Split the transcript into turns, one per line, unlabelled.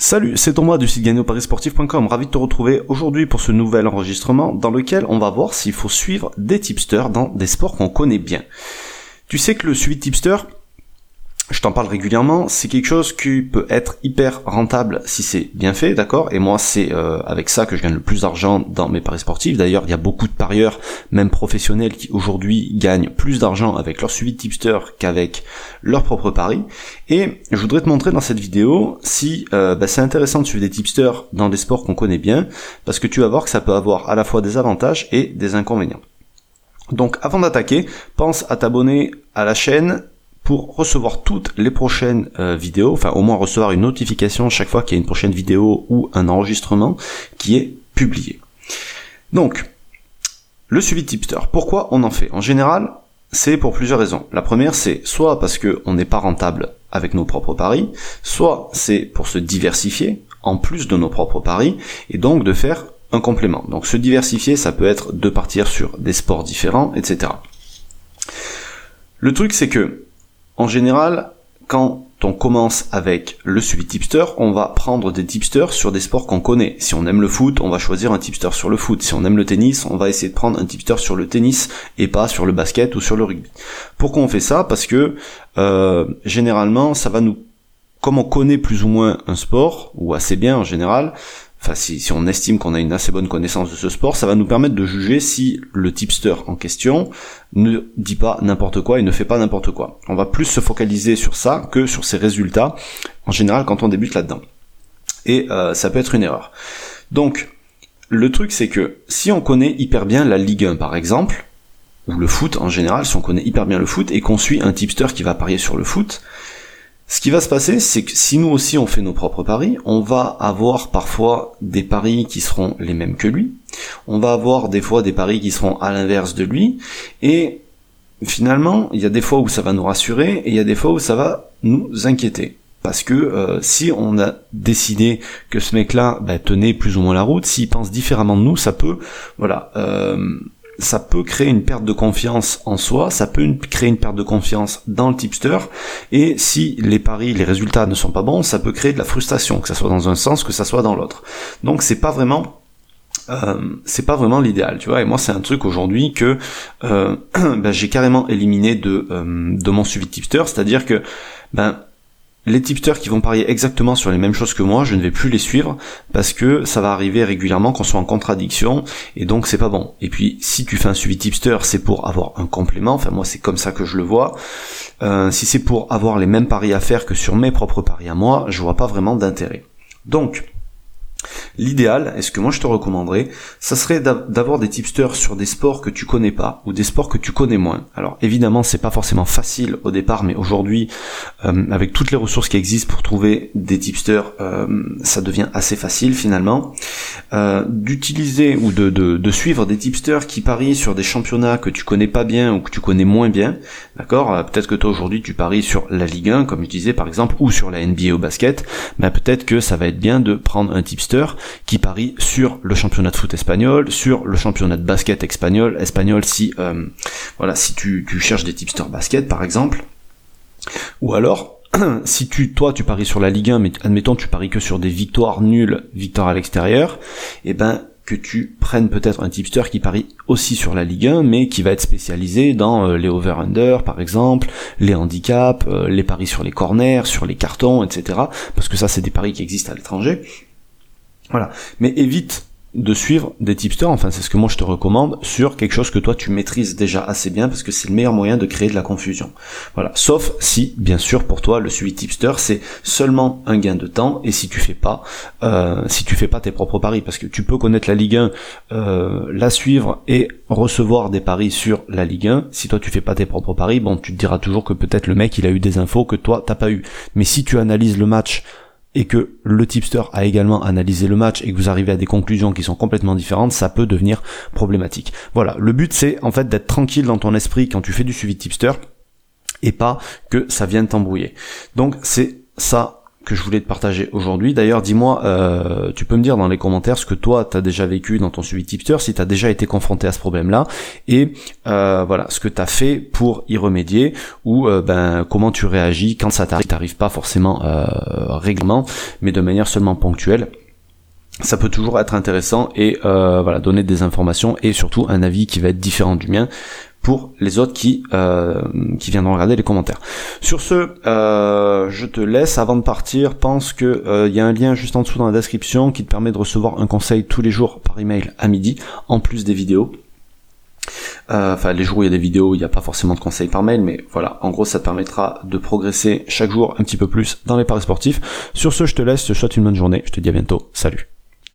Salut, c'est Thomas du site gagnoparisportif.com, ravi de te retrouver aujourd'hui pour ce nouvel enregistrement dans lequel on va voir s'il faut suivre des tipsters dans des sports qu'on connaît bien. Tu sais que le suivi de tipster, je t'en parle régulièrement, c'est quelque chose qui peut être hyper rentable si c'est bien fait, d'accord ? Et moi, c'est avec ça que je gagne le plus d'argent dans mes paris sportifs. D'ailleurs, il y a beaucoup de parieurs, même professionnels, qui aujourd'hui gagnent plus d'argent avec leur suivi de tipster qu'avec leur propre pari. Et je voudrais te montrer dans cette vidéo si c'est intéressant de suivre des tipsters dans des sports qu'on connaît bien, parce que tu vas voir que ça peut avoir à la fois des avantages et des inconvénients. Donc, avant d'attaquer, pense à t'abonner à la chaîne pour recevoir toutes les prochaines vidéos, enfin au moins recevoir une notification chaque fois qu'il y a une prochaine vidéo ou un enregistrement qui est publié. Donc, le suivi de tipster, pourquoi on en fait ? En général, c'est pour plusieurs raisons. La première, c'est soit parce qu'on n'est pas rentable avec nos propres paris, soit c'est pour se diversifier en plus de nos propres paris, et donc de faire un complément. Donc se diversifier, ça peut être de partir sur des sports différents, etc. Le truc, c'est que en général, quand on commence avec le suivi tipster, on va prendre des tipsters sur des sports qu'on connaît. Si on aime le foot, on va choisir un tipster sur le foot. Si on aime le tennis, on va essayer de prendre un tipster sur le tennis et pas sur le basket ou sur le rugby. Pourquoi on fait ça ? Parce que généralement, ça va nous, comme on connaît plus ou moins un sport, ou assez bien en général, enfin si on estime qu'on a une assez bonne connaissance de ce sport, ça va nous permettre de juger si le tipster en question ne dit pas n'importe quoi et ne fait pas n'importe quoi. On va plus se focaliser sur ça que sur ses résultats, en général quand on débute là-dedans. Et ça peut être une erreur. Donc, le truc c'est que si on connaît hyper bien la Ligue 1 par exemple, ou le foot en général, si on connaît hyper bien le foot et qu'on suit un tipster qui va parier sur le foot, ce qui va se passer, c'est que si nous aussi on fait nos propres paris, on va avoir parfois des paris qui seront les mêmes que lui, on va avoir des fois des paris qui seront à l'inverse de lui, et finalement, il y a des fois où ça va nous rassurer, et il y a des fois où ça va nous inquiéter. Parce que si on a décidé que ce mec-là tenait plus ou moins la route, s'il pense différemment de nous, ça peut, ça peut créer une perte de confiance en soi, ça peut créer une perte de confiance dans le tipster, et si les paris, les résultats ne sont pas bons, ça peut créer de la frustration, que ça soit dans un sens, que ça soit dans l'autre. Donc c'est pas vraiment l'idéal, tu vois. Et moi c'est un truc aujourd'hui que j'ai carrément éliminé de mon suivi de tipster, c'est-à-dire que les tipsters qui vont parier exactement sur les mêmes choses que moi, je ne vais plus les suivre parce que ça va arriver régulièrement qu'on soit en contradiction et donc c'est pas bon. Et puis si tu fais un suivi tipster, c'est pour avoir un complément, enfin moi c'est comme ça que je le vois. Si c'est pour avoir les mêmes paris à faire que sur mes propres paris à moi, je vois pas vraiment d'intérêt. Donc l'idéal, et ce que moi je te recommanderais, ça serait d'avoir des tipsters sur des sports que tu connais pas, ou des sports que tu connais moins. Alors évidemment c'est pas forcément facile au départ, mais aujourd'hui, avec toutes les ressources qui existent pour trouver des tipsters, ça devient assez facile finalement. D'utiliser ou de suivre des tipsters qui parient sur des championnats que tu connais pas bien ou que tu connais moins bien, d'accord ? Peut-être que toi aujourd'hui tu paries sur la Ligue 1, comme je disais par exemple, ou sur la NBA au basket, peut-être que ça va être bien de prendre un tipster qui parie sur le championnat de foot espagnol, sur le championnat de basket espagnol si si tu cherches des tipsters basket par exemple, ou alors si tu paries sur la Ligue 1, mais admettons tu paries que sur des victoires nulles, victoires à l'extérieur, que tu prennes peut-être un tipster qui parie aussi sur la Ligue 1, mais qui va être spécialisé dans les over-under, par exemple, les handicaps, les paris sur les corners, sur les cartons, etc. Parce que ça, c'est des paris qui existent à l'étranger. Voilà. Mais évite de suivre des tipsters, enfin c'est ce que moi je te recommande, sur quelque chose que toi tu maîtrises déjà assez bien, parce que c'est le meilleur moyen de créer de la confusion. Voilà, sauf si, bien sûr, pour toi, le suivi tipster, c'est seulement un gain de temps, et si tu fais pas tes propres paris, parce que tu peux connaître la Ligue 1, la suivre et recevoir des paris sur la Ligue 1, si toi tu fais pas tes propres paris, bon, tu te diras toujours que peut-être le mec il a eu des infos que toi t'as pas eu. Mais si tu analyses le match et que le tipster a également analysé le match et que vous arrivez à des conclusions qui sont complètement différentes, ça peut devenir problématique. Voilà, le but c'est en fait d'être tranquille dans ton esprit quand tu fais du suivi de tipster et pas que ça vienne t'embrouiller. Donc c'est ça que je voulais te partager aujourd'hui. D'ailleurs, dis-moi, tu peux me dire dans les commentaires ce que toi t'as déjà vécu dans ton suivi tipster, si t'as déjà été confronté à ce problème-là, et voilà, ce que t'as fait pour y remédier, ou comment tu réagis quand ça t'arrive pas forcément régulièrement, mais de manière seulement ponctuelle. Ça peut toujours être intéressant et voilà, donner des informations et surtout un avis qui va être différent du mien pour les autres qui viendront regarder les commentaires. Sur ce, je te laisse. Avant de partir, pense que y a un lien juste en dessous dans la description qui te permet de recevoir un conseil tous les jours par email à midi, en plus des vidéos. Enfin, les jours où il y a des vidéos, il n'y a pas forcément de conseils par mail, mais voilà, en gros ça te permettra de progresser chaque jour un petit peu plus dans les paris sportifs. Sur ce, je te laisse, je te souhaite une bonne journée, je te dis à bientôt, salut.